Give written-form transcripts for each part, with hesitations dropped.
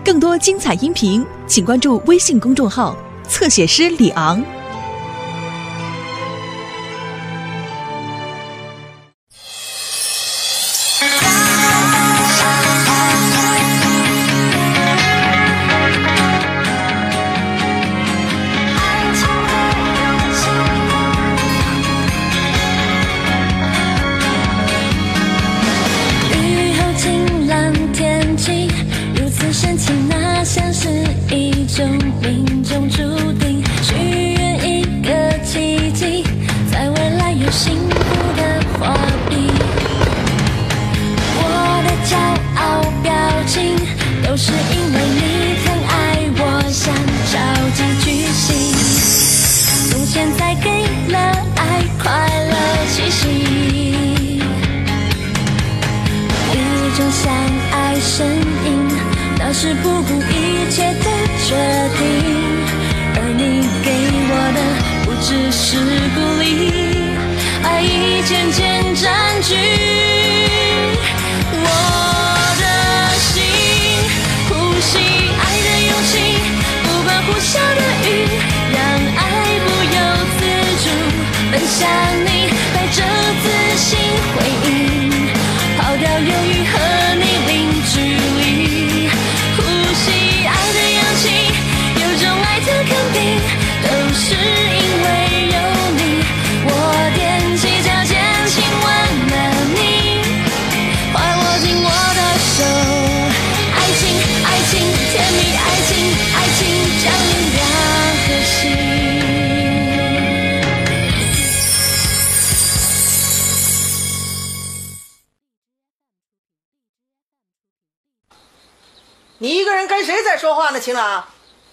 更多精彩音频，请关注微信公众号“侧写师李昂”。 深情那像是一种命中注定，许愿一个奇迹，在未来有幸福的画笔。我的骄傲表情都是因为你疼爱我，想着急举行，从现在给了爱快乐气息，一种相爱声音，那是不顾一切的决定，而你给我的不只是鼓励，爱已渐渐占据我的心，呼吸爱的勇气，不管呼啸的雨，让爱不由自主奔向你，带着自信回应，抛掉犹豫和你零距离，呼吸爱的氧气，有种爱的肯定，都是因为有你，我踮起脚尖亲吻了你，快握紧我的手，爱情爱情甜蜜爱情爱情降临两颗心。 你一个人跟谁在说话呢，晴朗？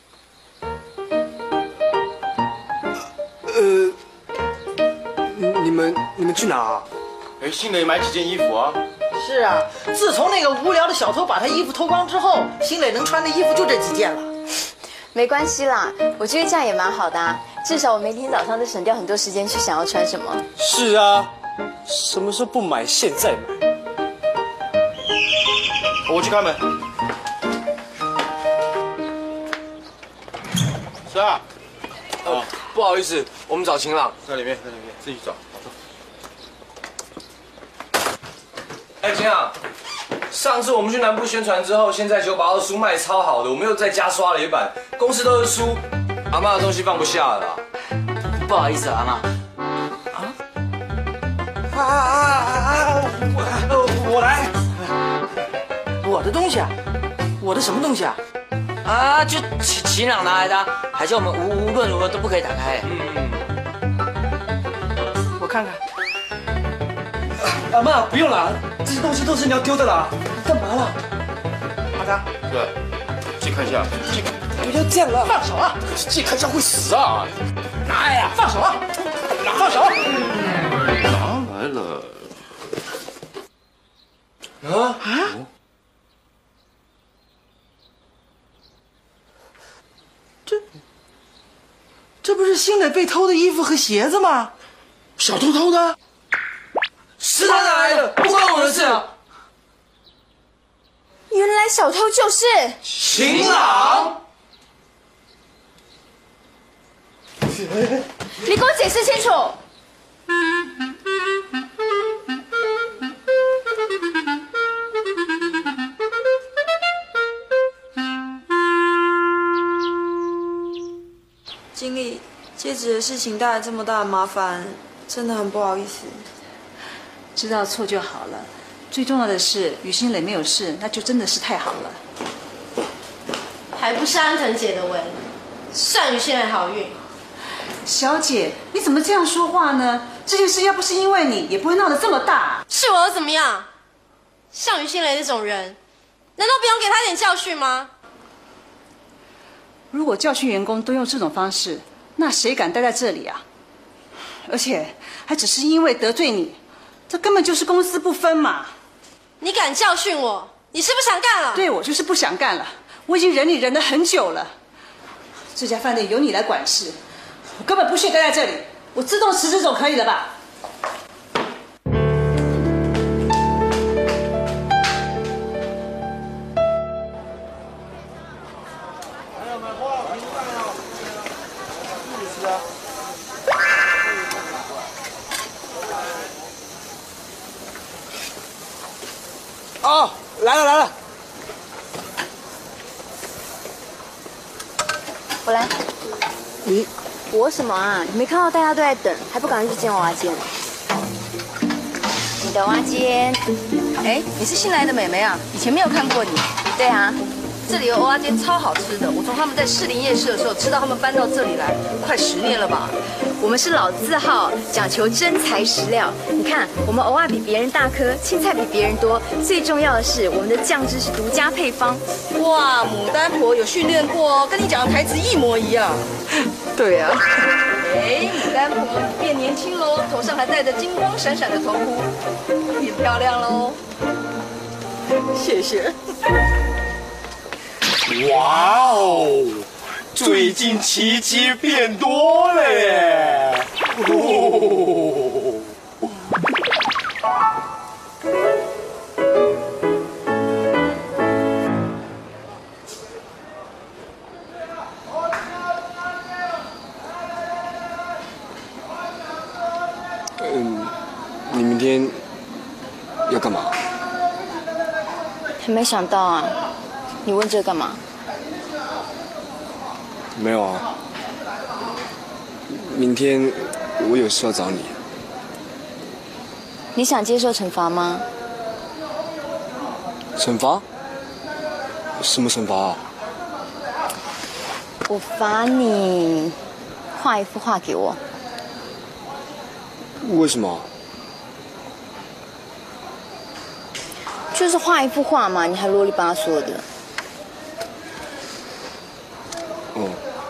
你们去哪啊？ 新磊买几件衣服啊？ 是啊，自从那个无聊的小偷把他衣服偷光之后，新磊能穿的衣服就这几件了。 没关系啦，我觉得这样也蛮好的啊，至少我每天早上都省掉很多时间去想要穿什么。 是啊，什么时候不买现在买。 我去开门。是啊。 不好意思，我们找晴朗。 在里面，自己找。 哎，晴朗，上次我们去南部宣传之后，现在982书卖超好的，我们又在家刷了一版，公司都是书，阿嬷的东西放不下了啦。 不好意思，阿嬷。 我来。 我的东西啊？我的什么东西啊？ 啊，就晴朗拿来的啊，还叫我们无论如何都不可以打开。 我看看。 阿嬷不用啦，这些东西都是你要丢的啦。干嘛啦？ 阿达， 对，借看一下。 不要这样了， 放手啊！ 借看一下会死啊！ 拿来呀！放手啊！放手！ 拿来了。 啊？ 这不是新磊被偷的衣服和鞋子吗？ 小偷偷的？ 是他拿来的，不关我的事。 原来小偷就是晴朗。 你给我解释清楚。 经理，戒指的事情带来这么大的麻烦，真的很不好意思。 知道错就好了，最重要的是于心磊没有事，那就真的是太好了。 还不是安藤姐的文，善于现在好运。 小姐，你怎么这样说话呢？这件事要不是因为你，也不会闹得这么大。 是我又怎么样？像于心磊这种人，难道不用给他点教训吗？ 如果教训员工都用这种方式，那谁敢待在这里啊？而且还只是因为得罪你，这根本就是公私不分嘛。 你敢教训我，你是不想干了？ 对，我就是不想干了。我已经忍你忍得很久了。这家饭店由你来管事，我根本不屑待在这里，我自动辞职总可以了吧？ 来了来了。 我来。 你我什么啊？你没看到大家都在等，还不赶快去见娃娃间？你的娃娃间。 哎，你是新来的美眉啊？以前没有看过你。 对啊。 这里的蚵仔煎超好吃的，我从他们在士林夜市的时候吃到他们搬到这里来，快10年了吧。 我们是老字号，讲求真材实料。你看，我们蚵仔比别人大颗，青菜比别人多，最重要的是我们的酱汁是独家配方。 哇，牡丹婆有训练过哦，跟你讲的台词一模一样。 对啊。 哎，牡丹婆变年轻喽，头上还戴着金光闪闪的头箍，变漂亮喽。谢谢。 哇哦，最近奇迹变多了耶！哦， 你明天要干嘛？ 还没想到啊。你问这干嘛？ 没有啊。明天我有事要找你。 你想接受惩罚吗？ 惩罚？什么惩罚啊？ 我罚你画一幅画给我。 为什么？ 就是画一幅画嘛，你还啰里吧嗦的。 哦。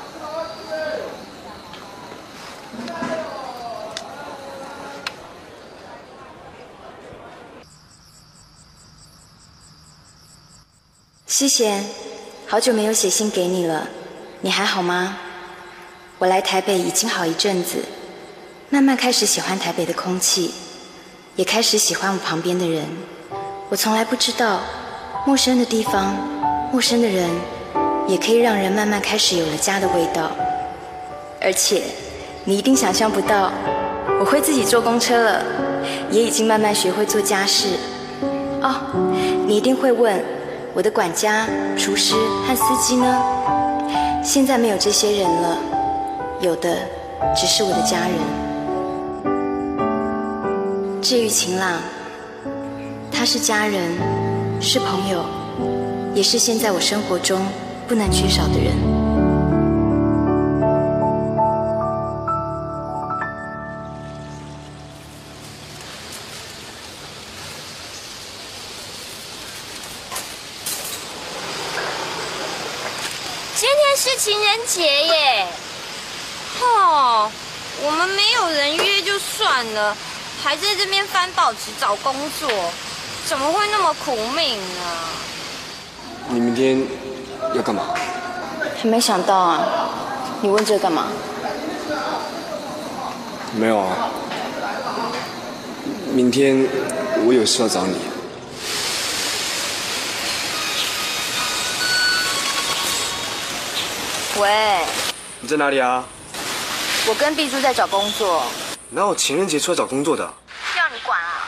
诗贤，好久没有写信给你了，你还好吗？我来台北已经好一阵子，慢慢开始喜欢台北的空气，也开始喜欢我旁边的人。我从来不知道，陌生的地方，陌生的人，也可以让人慢慢开始有了家的味道。而且，你一定想象不到，我会自己坐公车了，也已经慢慢学会做家事。哦，你一定会问，我的管家、厨师和司机呢？现在没有这些人了，有的只是我的家人。至于晴朗，他是家人，是朋友，也是现在我生活中不能缺少的人。 今天是情人节耶！哦，我们没有人约就算了，还在这边翻报纸找工作，怎么会那么苦命呢？ 你明天要干嘛？ 还没想到啊，你问这干嘛？ 没有啊。明天我有事要找你。 喂， 你在哪里啊？ 我跟碧珠在找工作。 哪有情人节出来找工作的？ 要你管啊！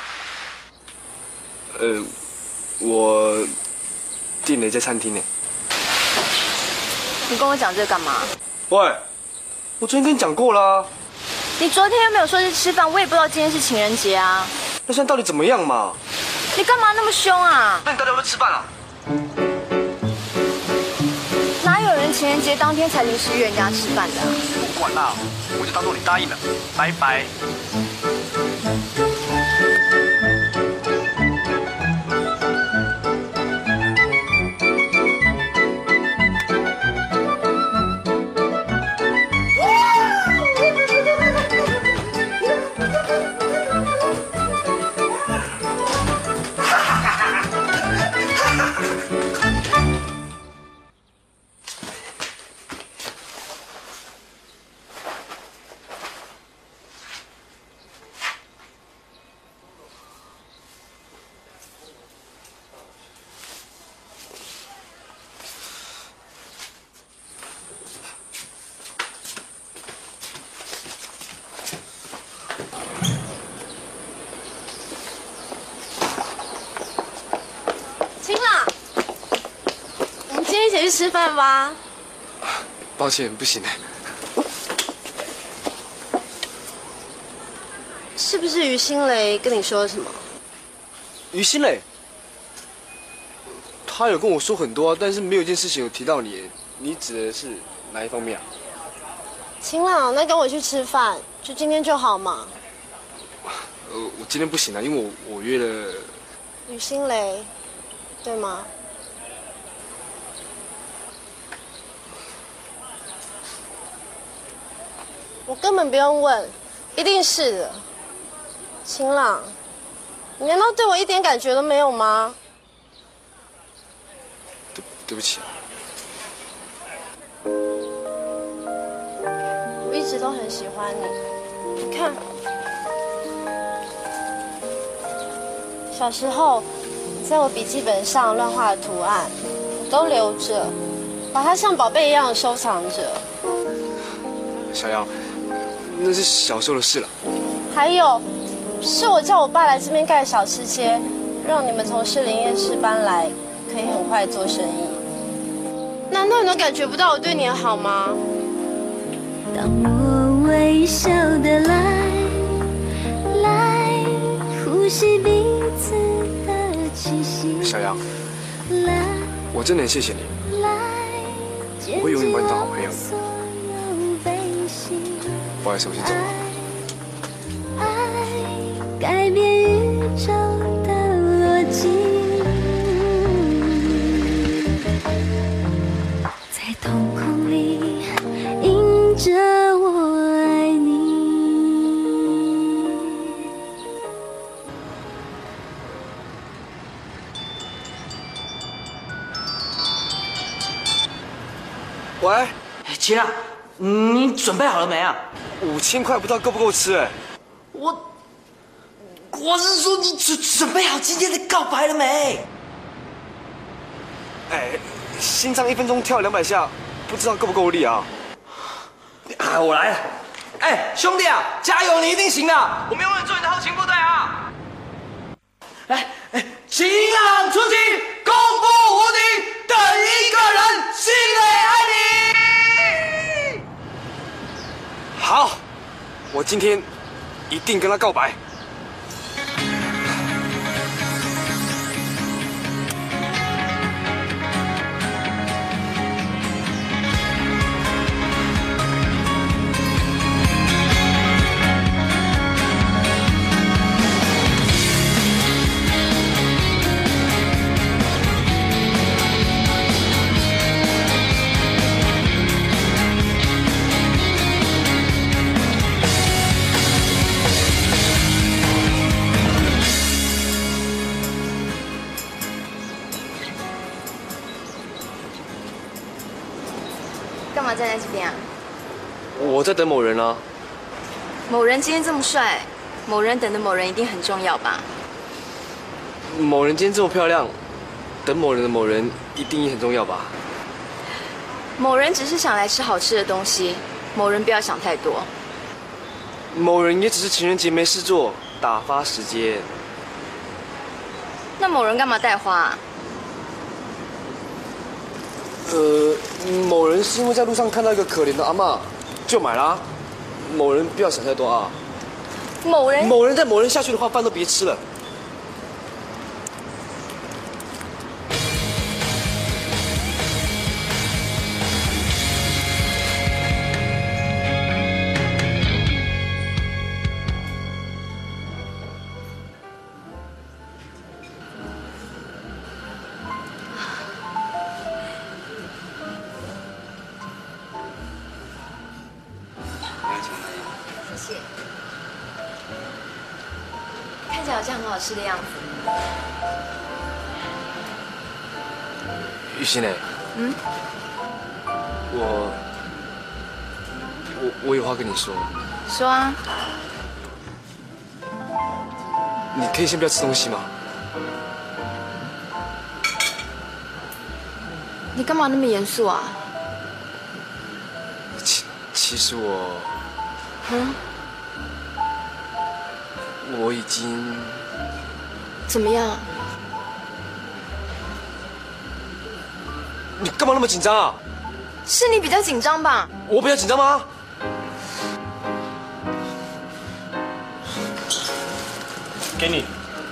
我订了一家餐厅呢。 你跟我讲这干嘛？ 喂，我昨天跟你讲过啦。 你昨天又没有说是吃饭，我也不知道今天是情人节啊。 那现在到底怎么样嘛？ 你干嘛那么凶啊？ 那你到底要不要吃饭啊？ 哪有人情人节当天才临时约人家吃饭的啊？ 不管啦，我就当做你答应了，拜拜。 一起去吃饭吧。 抱歉，不行。 是不是于心雷跟你说了什么？ 于心磊，他有跟我说很多啊，但是没有一件事情有提到你。你指的是哪一方面啊？ 晴朗，那跟我去吃饭，就今天就好嘛。 我今天不行啊，因为我约了于心雷，对吗？我根本不用问，一定是的。晴朗，你难道对我一点感觉都没有吗？ 对不起啊。 我一直都很喜欢你，你看，小时候你在我笔记本上乱画的图案，我都留着，把它像宝贝一样收藏着。 小姚，那是小时候的事了。 还有，是我叫我爸来这边盖小吃街，让你们从士林夜市搬来，可以很快做生意。难道你都感觉不到我对你的好吗？ 当我微笑的来呼吸彼此的气息。 小杨，我真的很谢谢你，我会永远把你当好朋友的。不好意思，我先走了。 爱改变宇宙的逻辑，在瞳孔里印着我爱你。 喂， 齐亮，你准备好了没啊 ？5000块不知道够不够吃哎。 我是说你准备好今天的告白了没？ 哎，心脏1分钟跳200下，不知道够不够力啊？ 啊，我来了！哎，兄弟啊，加油，你一定行的！我们永远做你的后勤部队啊！来，晴朗出击，功夫无敌，等一个人，心磊爱你。 好，我今天一定跟他告白。 干嘛站在这边啊？ 我在等某人啊。 某人今天这么帅，某人等的某人一定很重要吧？ 某人今天这么漂亮，等某人的某人一定也很重要吧？ 某人只是想来吃好吃的东西，某人不要想太多。 某人也只是情人节没事做，打发时间。 那某人干嘛带花啊？ 某人是因为在路上看到一个可怜的阿嬷，就买啦。某人不要想太多啊。某人在某人下去的话，饭都别吃了。 谢谢。看起来好像很好吃的样子。 雨欣蕾，我有话跟你说。 说啊。 你可以先不要吃东西吗？ 你干嘛那么严肃啊？ 其实我已经怎么样？ 你干嘛那么紧张啊？ 是你比较紧张吧？ 我比较紧张吗？ 给你。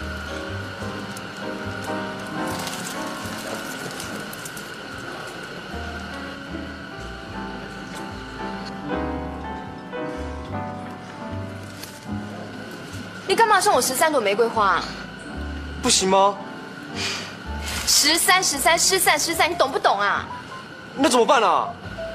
你干嘛送我13朵玫瑰花？ 不行吗 ？13，失散，你懂不懂啊？ 那怎么办啊？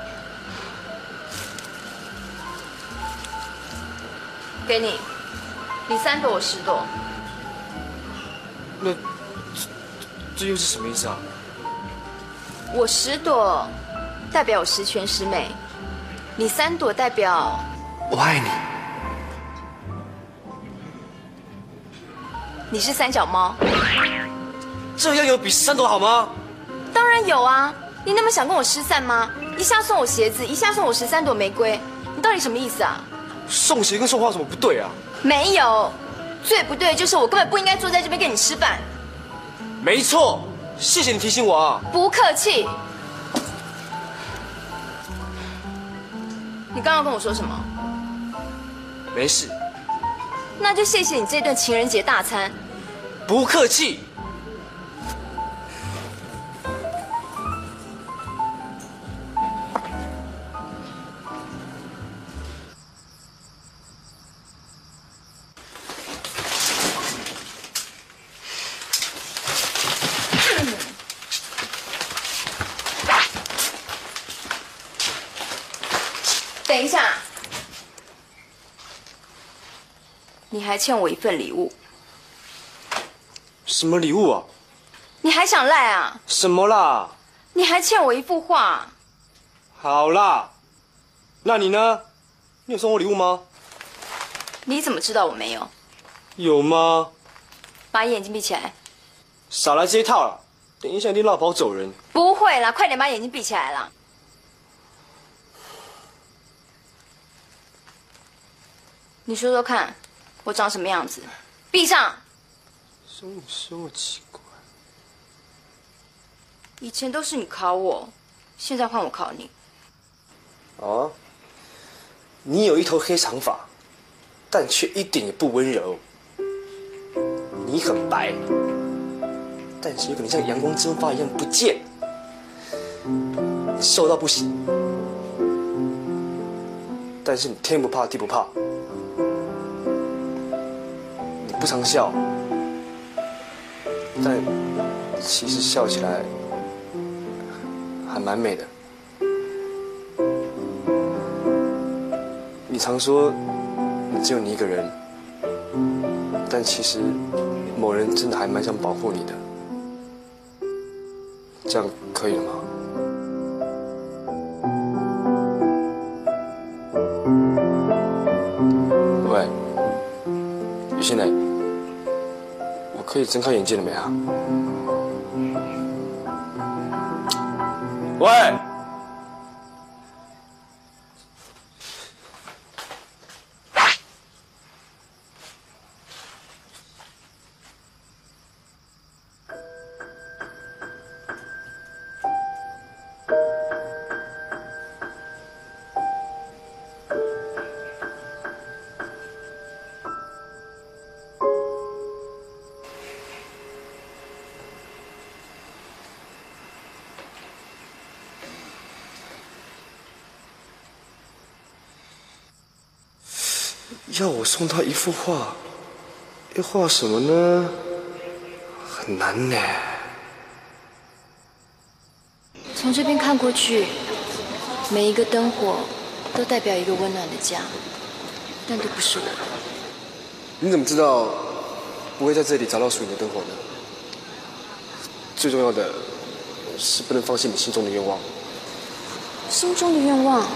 给你3朵，我10朵。 那这又是什么意思啊？ 我10朵代表我十全十美，你3朵代表我爱你。 你是三脚猫。 这样有比13朵好吗？ 当然有啊！你那么想跟我失散吗？一下送我鞋子，一下送我13朵玫瑰，你到底什么意思啊？ 送鞋跟送花有什么不对啊？ 没有，最不对就是我根本不应该坐在这边跟你吃饭。 没错，谢谢你提醒我啊。 不客气。你刚刚跟我说什么？ 没事。 那就谢谢你这顿情人节大餐。 不客气。 等一下，你还欠我一份礼物。 什么礼物啊？ 你还想赖啊？ 什么啦？ 你还欠我一幅画。 好啦，那你呢？你有送我礼物吗？ 你怎么知道我没有？ 有吗？ 把眼睛闭起来。 少来这一套了，等一下一定落跑走人。 不会啦，快点把眼睛闭起来啦。你说说看，我长什么样子？闭上。 说我奇怪。 以前都是你考我，现在换我考你。 哦，你有一头黑长发，但却一点也不温柔。你很白，但是有可能像阳光蒸发一样不见。你瘦到不行，但是你天不怕地不怕。你不常笑，但其实笑起来还蛮美的。你常说你只有你一个人，但其实某人真的还蛮想保护你的。这样可以了吗？喂，雨欣蕾，我可以睁开眼睛了没啊？喂。要我送他一幅画，要画什么呢？很难呢。 从这边看过去，每一个灯火都代表一个温暖的家，但都不是我。 你怎么知道不会在这里找到属于你的灯火呢？最重要的是不能放弃你心中的愿望。 心中的愿望？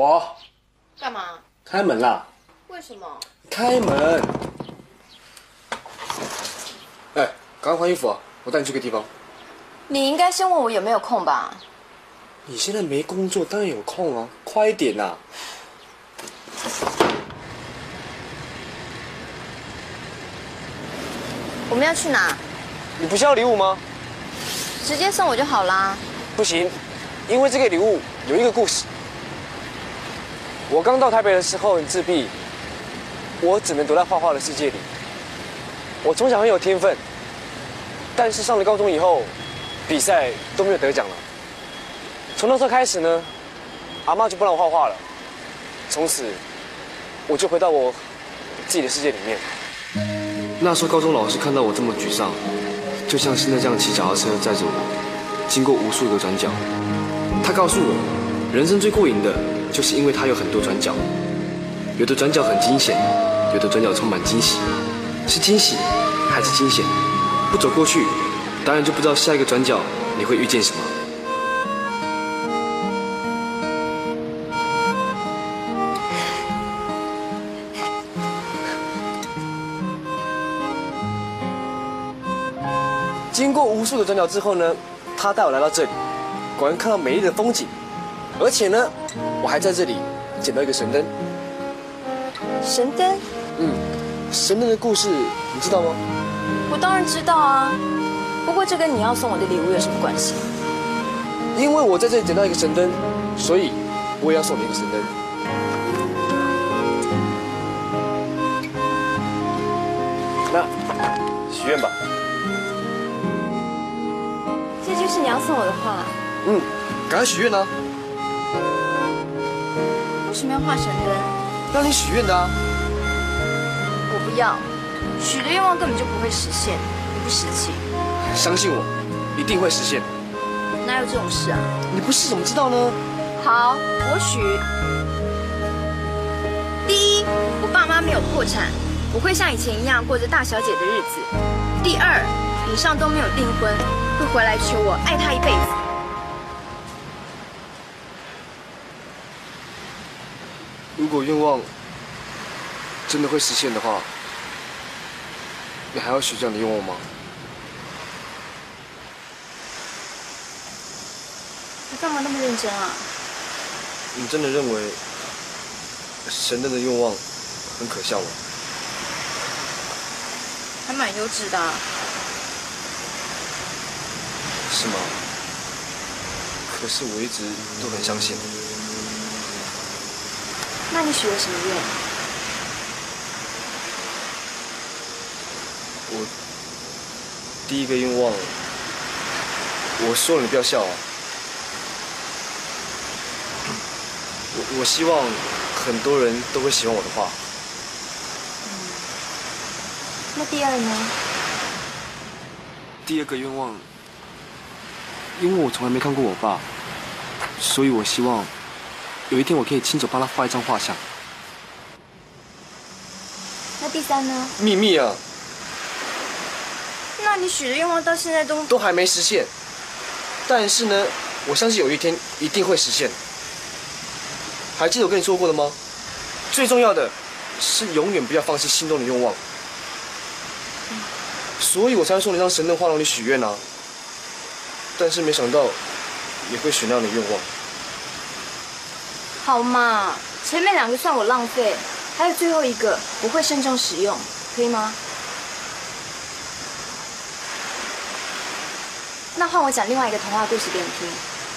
佛， 干嘛？ 开门啦！ 为什么？ 开门！哎，赶快换衣服啊！我带你去个地方。 你应该先问我有没有空吧？ 你现在没工作，当然有空啊，快一点啦！ 我们要去哪？ 你不是要礼物吗？ 直接送我就好啦。 不行，因为这个礼物有一个故事。我刚到台北的时候很自闭，我只能躲在画画的世界里。我从小很有天分，但是上了高中以后，比赛都没有得奖了。从那时候开始呢，阿嬷就不让我画画了。从此，我就回到我自己的世界里面。那时候高中老师看到我这么沮丧，就像现在这样骑脚踏车载着我，经过无数个转角。他告诉我，人生最过瘾的，就是因为它有很多转角，有的转角很惊险，有的转角充满惊喜。是惊喜还是惊险？不走过去，当然就不知道下一个转角你会遇见什么。经过无数的转角之后呢，他带我来到这里，果然看到美丽的风景，而且呢，我还在这里捡到一个神灯。 神灯？ 神灯的故事你知道吗？ 我当然知道啊，不过这跟你要送我的礼物有什么关系？ 因为我在这里捡到一个神灯，所以我也要送你一个神灯。那许愿吧。 这就是你要送我的画。 赶快许愿啊！ 为什么要画神灯？ 让你许愿的啊！ 我不要，许的愿望根本就不会实现，你不实际。 相信我，一定会实现。 哪有这种事啊？ 你不试怎么知道呢？ 好，我许。第一，我爸妈没有破产，我会像以前一样过着大小姐的日子。第二，以上都没有订婚，会回来求我爱他一辈子。 如果愿望真的会实现的话，你还要许这样的愿望吗？ 你干嘛那么认真啊？ 你真的认为神灯的愿望很可笑吗？ 还蛮优质的啊。 是吗？可是我一直都很相信。 那你许了什么愿？ 我第一个愿望，我说了你不要笑啊。我希望很多人都会喜欢我的画。 那第二呢？ 第二个愿望，因为我从来没看过我爸，所以我希望有一天我可以亲手帮他画一张画像。 那第三呢？ 秘密啊！ 那你许的愿望到现在都还没实现，但是呢，我相信有一天一定会实现。还记得我跟你说过的吗？最重要的是永远不要放弃心中的愿望。所以我才会送你一张神灯画让你许愿啊。但是没想到也会许那样的愿望。 好嘛，前面2个算我浪费，还有最后一个我会慎重使用，可以吗？那换我讲另外一个童话故事给你听。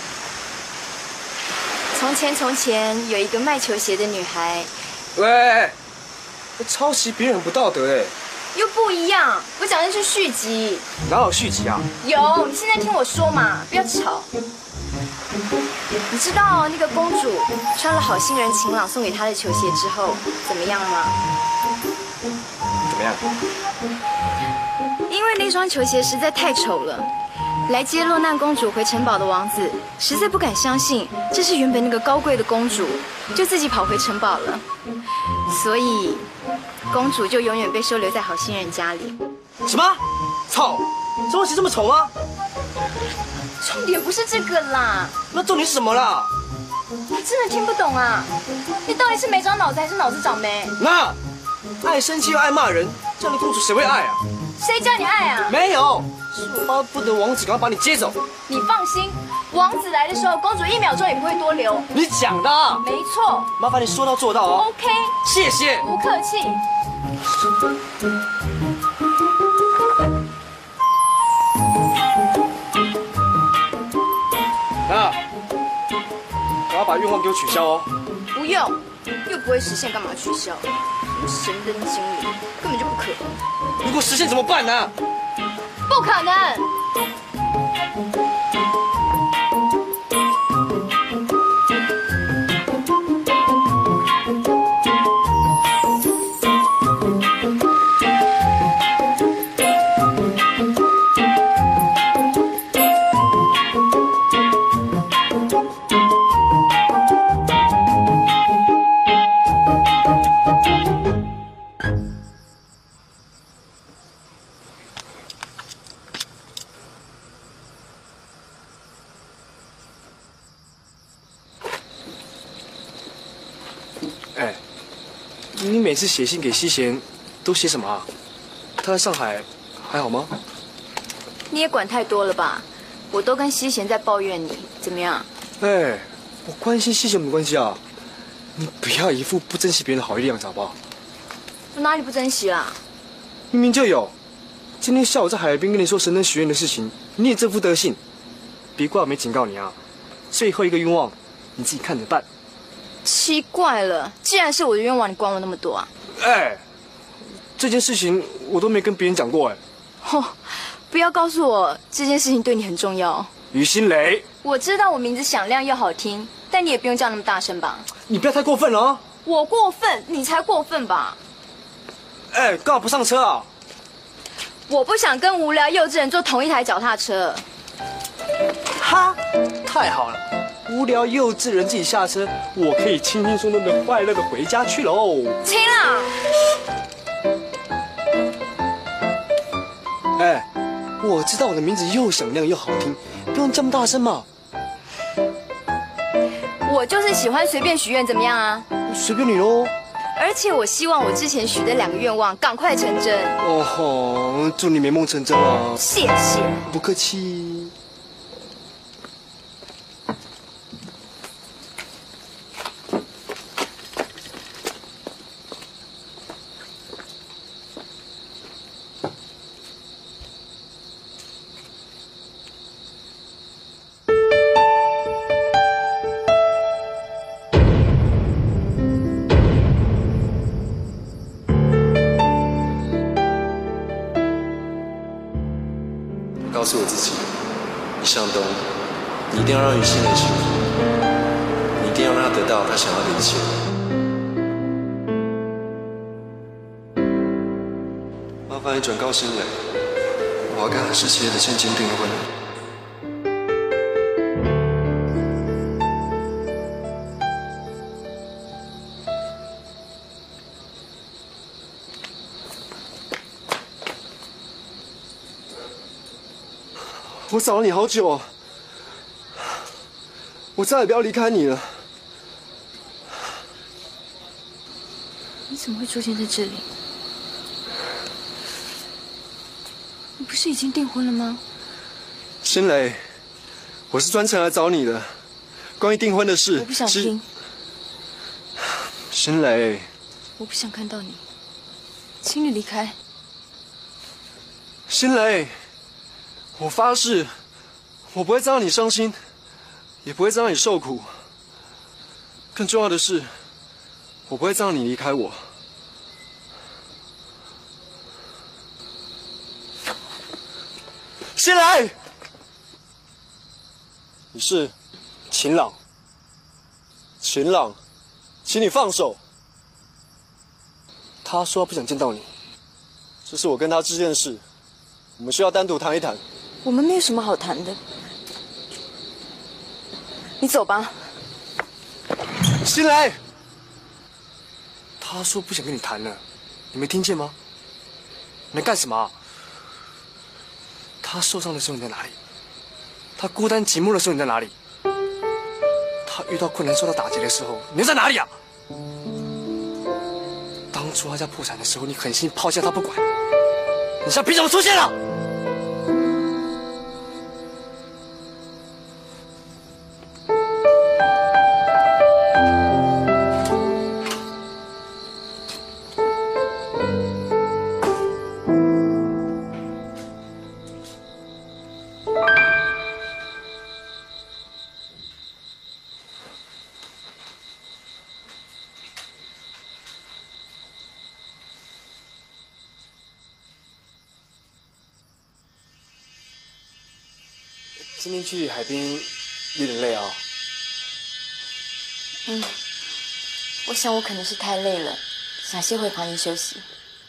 从前从前有一个卖球鞋的女孩。 喂，抄袭别人很不道德哎。 又不一样，我讲的是续集。 哪有续集啊？ 有，你现在听我说嘛，不要吵。你知道那个公主穿了好心人晴朗送给她的球鞋之后怎么样吗？ 怎么样？ 因为那双球鞋实在太丑了，来接落难公主回城堡的王子实在不敢相信这是原本那个高贵的公主，就自己跑回城堡了。所以公主就永远被收留在好心人家里。 什么？丑？这东西这么丑吗？ 重点不是这个啦。 那重点是什么啦？ 你真的听不懂啊？你到底是没长脑子还是脑子长霉？ 那爱生气又爱骂人，这样的公主谁会爱啊？ 谁叫你爱啊？ 没有，是我巴不得王子赶快把你接走。 你放心，王子来的时候，公主1秒钟也不会多留。 你讲的啊？ 没错。 麻烦你说到做到哦。 OK。 谢谢。 不客气。 啊！我要把愿望给我取消哦。 不用，又不会实现，干嘛取消？什么神灯精灵，根本就不可能。 如果实现怎么办呢？ 不可能。 哎，你每次写信给西贤，都写什么啊？他在上海还好吗？ 你也管太多了吧？我都跟西贤在抱怨你，怎么样？ 哎，我关心西贤没关系啊，你不要一副不珍惜别人的好意的样子好不好？ 我哪里不珍惜啦？ 明明就有。今天下午在海边跟你说神灯许愿的事情，你也这副德行，别怪我没警告你啊！最后一个愿望，你自己看着办。 奇怪了，既然是我的愿望，你管我那么多啊？ 哎，这件事情我都没跟别人讲过哎。 哦，不要告诉我这件事情对你很重要。 于心磊， 我知道我名字响亮又好听，但你也不用叫那么大声吧？ 你不要太过分了啊！ 我过分，你才过分吧？ 哎，干嘛不上车啊？ 我不想跟无聊幼稚人坐同一台脚踏车。 哈，太好了！无聊幼稚人自己下车，我可以轻轻松松的、快乐的回家去喽。 停啦！ 哎，我知道我的名字又响亮又好听，不用这么大声嘛。 我就是喜欢随便许愿，怎么样啊？ 随便你喽。 而且我希望我之前许的2个愿望赶快成真。 哦吼，祝你美梦成真啊！ 谢谢。 不客气。 告诉我自己，一向东，你一定要让于心磊幸福，你一定要让他得到他想要的一切。麻烦你转告心磊，我要跟海事企业的现金订婚。 我找了你好久，我再也不要离开你了。 你怎么会出现在这里？你不是已经订婚了吗？ 心磊，我是专程来找你的，关于订婚的事。 我不想听。 心磊， 我不想看到你，请你离开。 心磊。我发誓，我不会再让你伤心，也不会再让你受苦。更重要的是，我不会再让你离开我。 先来，你是秦朗，秦朗，请你放手。他说他不想见到你，这是我跟他之间的事，我们需要单独谈一谈。 我们没有什么好谈的，你走吧。 新来，他说不想跟你谈了，你没听见吗？你在干什么？他受伤的时候你在哪里？他孤单寂寞的时候你在哪里？ 他遇到困难、受到打击的时候，你又在哪里啊？当初他家破产的时候，你狠心抛下他不管，你现在凭什么出现了？今天去海边有点累啊。 我想我可能是太累了，想先回房间休息。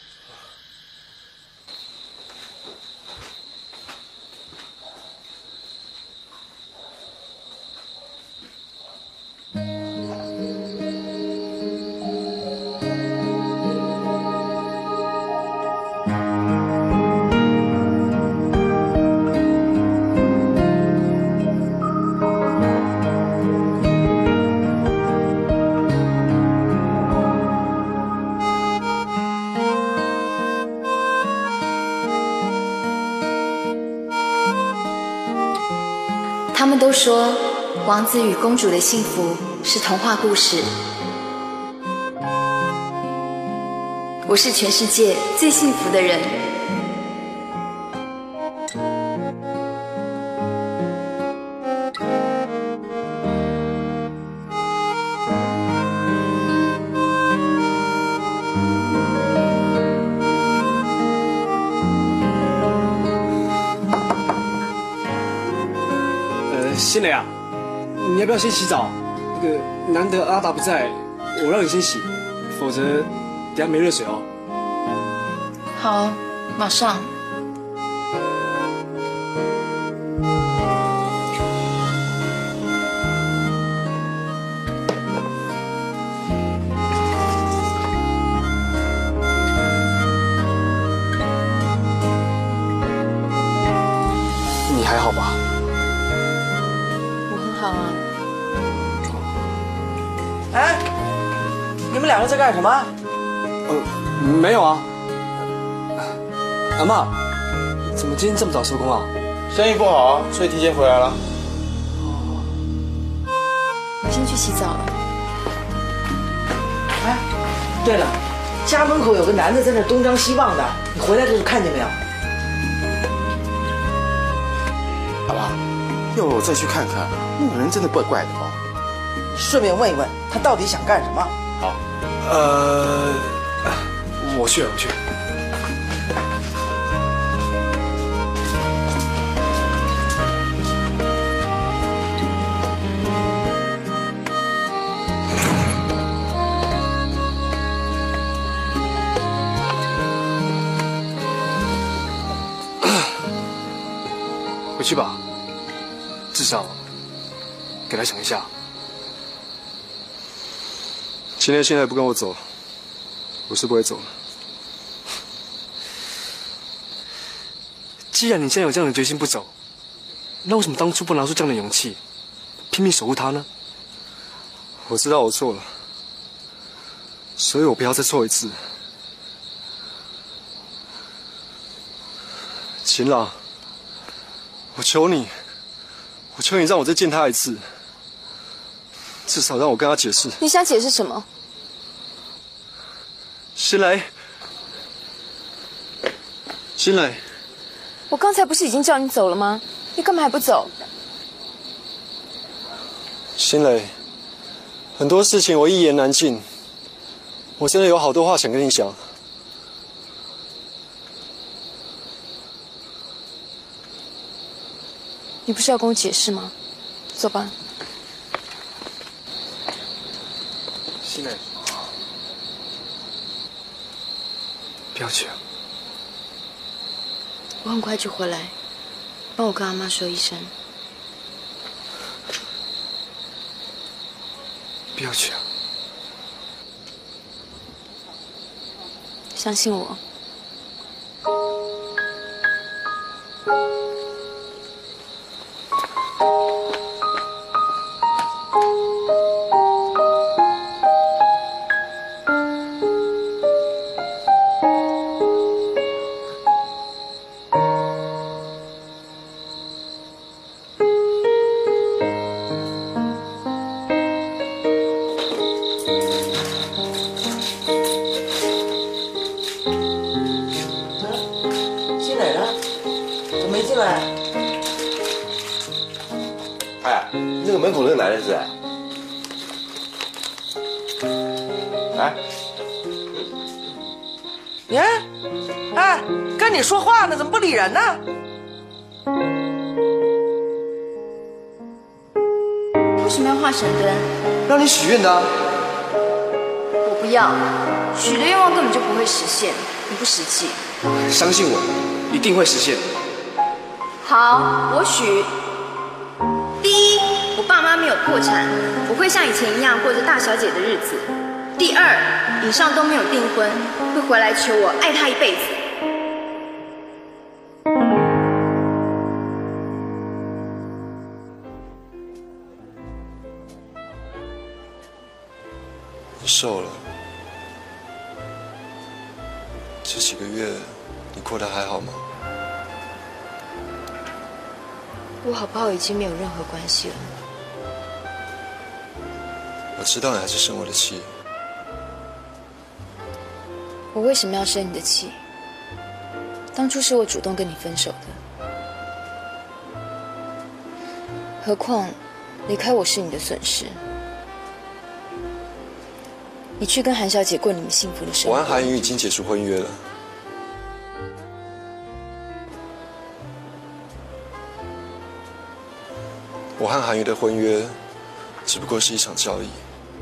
他们都说，王子与公主的幸福是童话故事。我是全世界最幸福的人。 新蕾啊，你要不要先洗澡？那个难得阿达不在，我让你先洗，否则等下没热水哦。 好，马上。 你还好吧？ 好啊。 哎，你们两个在干什么？ 没有啊。阿嬷，怎么今天这么早收工啊？ 生意不好，所以提前回来了。 我先去洗澡了。 哎，对了，家门口有个男的在那东张西望的，你回来的时候看见没有？ 好吧，要不我再去看看。那个人真的怪怪的哦。 你顺便问一问他到底想干什么？ 好。 我去。回去吧，至少给他想一下。 今天现在不跟我走，我是不会走的。 既然你现在有这样的决心不走，那为什么当初不拿出这样的勇气，拼命守护他呢？ 我知道我错了，所以我不要再错一次。秦朗，我求你让我再见他一次，至少让我跟他解释。 你想解释什么？ 新蕾， 我刚才不是已经叫你走了吗？你干嘛还不走？ 新蕾，很多事情我一言难尽，我真的有好多话想跟你讲。 你不是要跟我解释吗？走吧。 新蕾，不要去啊！ 我很快就回来，帮我跟阿妈说一声。 不要去啊！ 相信我。 新磊呢？怎么没进来？ 哎，那个门口那个男人是谁？哎， 你看，哎，跟你说话呢，怎么不理人呢？ 为什么要画神灯？ 让你许愿的啊。 我不要，许的愿望根本就不会实现，你不实际。 相信我，一定会实现。 好，我许。第一，我爸妈没有破产，我会像以前一样过着大小姐的日子。第二，以上都没有订婚，会回来求我爱他一辈子。 你瘦了，这几个月你过得还好吗？ 我好不好已经没有任何关系了。 我知道你还是生我的气。 我为什么要生你的气？当初是我主动跟你分手的，何况离开我是你的损失。你去跟韩小姐过你们幸福的生活。 我和韩宇已经解除婚约了。我和韩宇的婚约只不过是一场交易。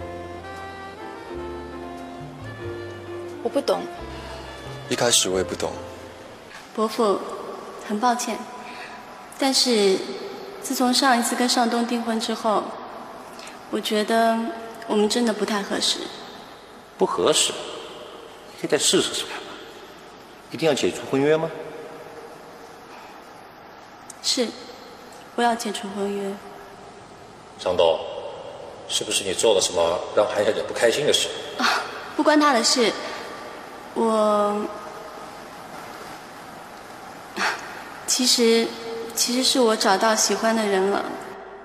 我不懂。 一开始我也不懂。 伯父，很抱歉，但是自从上一次跟尚东订婚之后，我觉得我们真的不太合适。 不合适，可以再试试看。一定要解除婚约吗？ 是，我要解除婚约。 尚东，是不是你做了什么让韩小姐不开心的事？ 啊，不关她的事。其实是我找到喜欢的人了。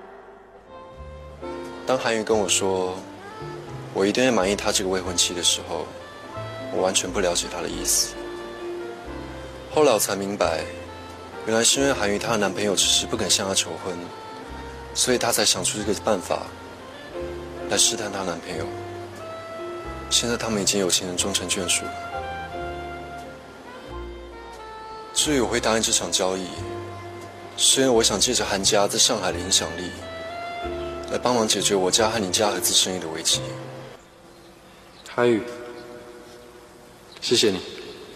当韩宇跟我说我一定会满意他这个未婚妻的时候，我完全不了解他的意思。后来我才明白，原来是因为韩宇她的男朋友迟迟不肯向她求婚，所以她才想出这个办法来试探她男朋友。现在他们已经有情人终成眷属了。至于我会答应这场交易，是因为我想借着韩家在上海的影响力，来帮忙解决我家和你家合资生意的危机。韩宇，谢谢你。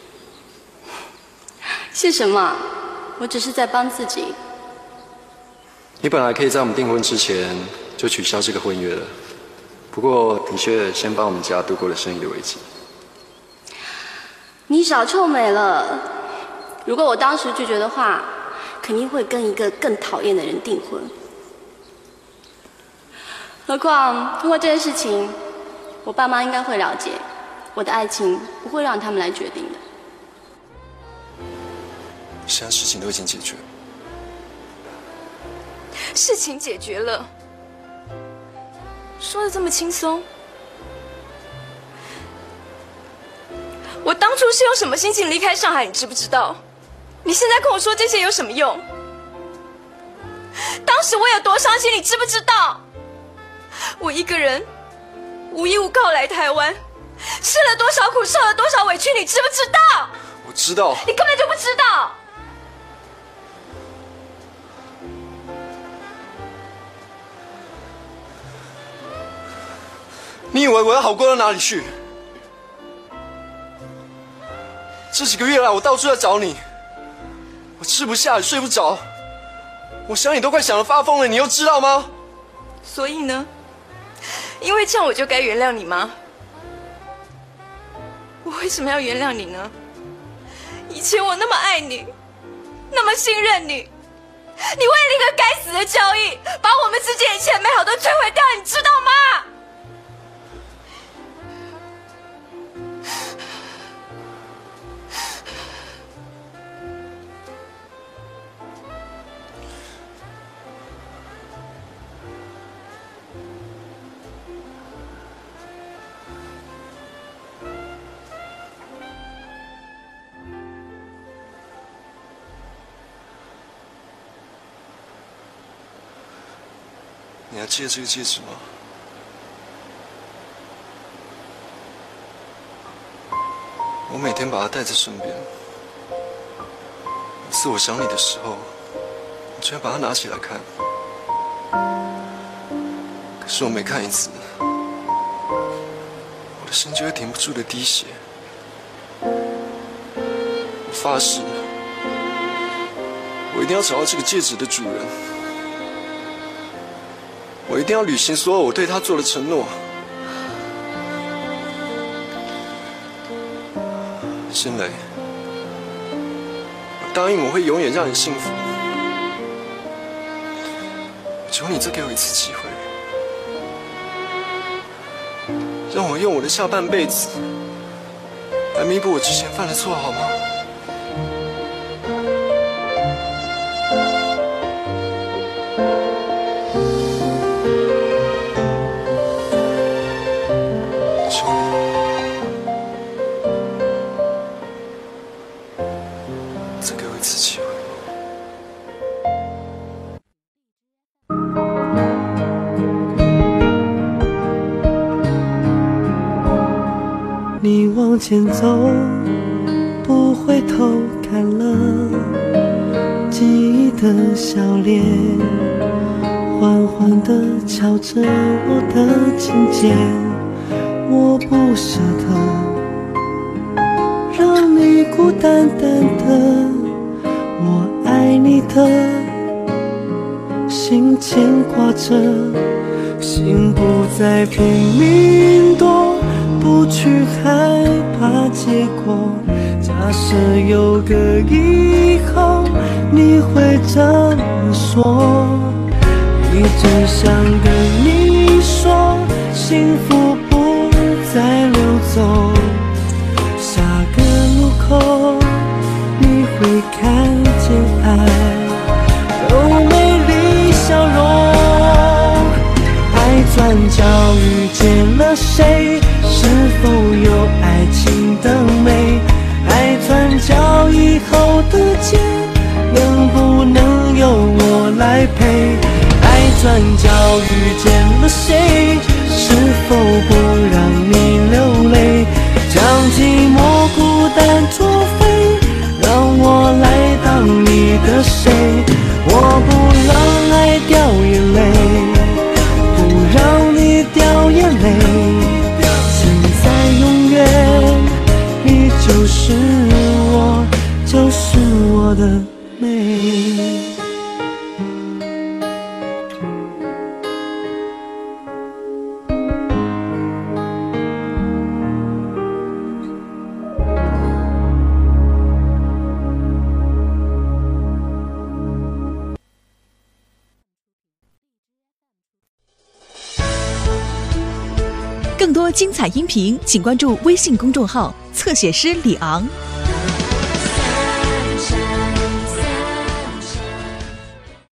谢什么？我只是在帮自己。 你本来可以在我们订婚之前就取消这个婚约了，不过的确先帮我们家度过了生意的危机。 你少臭美了！如果我当时拒绝的话，肯定会跟一个更讨厌的人订婚。何况通过这件事情，我爸妈应该会了解，我的爱情不会让他们来决定的。 现在事情都已经解决了。 事情解决了，说的这么轻松。我当初是用什么心情离开上海，你知不知道？你现在跟我说这些有什么用？当时我有多伤心，你知不知道？我一个人无依无靠来台湾，吃了多少苦，受了多少委屈，你知不知道？ 我知道。 你根本就不知道。 你以为我要好过到哪里去？这几个月来，我到处在找你，我吃不下，也睡不着，我想你都快想得发疯了，你又知道吗？ 所以呢？因为这样我就该原谅你吗？我为什么要原谅你呢？以前我那么爱你，那么信任你，你为了一个该死的交易，把我们之间一切美好都摧毁掉，你知道吗？ 你还记得这个戒指吗？我每天把它带在身边。每次我想你的时候，我就会把它拿起来看。可是我每看一次，我的心就会停不住的滴血。我发誓，我一定要找到这个戒指的主人。我一定要履行所有我对他做的承诺。心蕾，我答应我会永远让你幸福。求你再给我一次机会，让我用我的下半辈子来弥补我之前犯的错，好吗？ 你往前走，不回头看了记忆的笑脸，缓缓地敲着我的琴键。我不舍得让你孤单单的，我爱你的心牵挂着，心不再拼命躲，不去害怕结果。假设有个以后，你会怎么说？一直想跟你说，幸福不再溜走。下个路口，你会看见爱有美丽笑容。爱转角遇见了谁？是否有爱情的美？爱转角以后的街，能不能由我来陪？爱转角遇见了谁？是否不让你流泪？将寂寞孤单作废，让我来当你的谁？我不让爱掉眼泪，不让你掉眼泪。永远，你就是我，就是我的美。 更多精彩音频，请关注微信公众号“侧写师李昂”。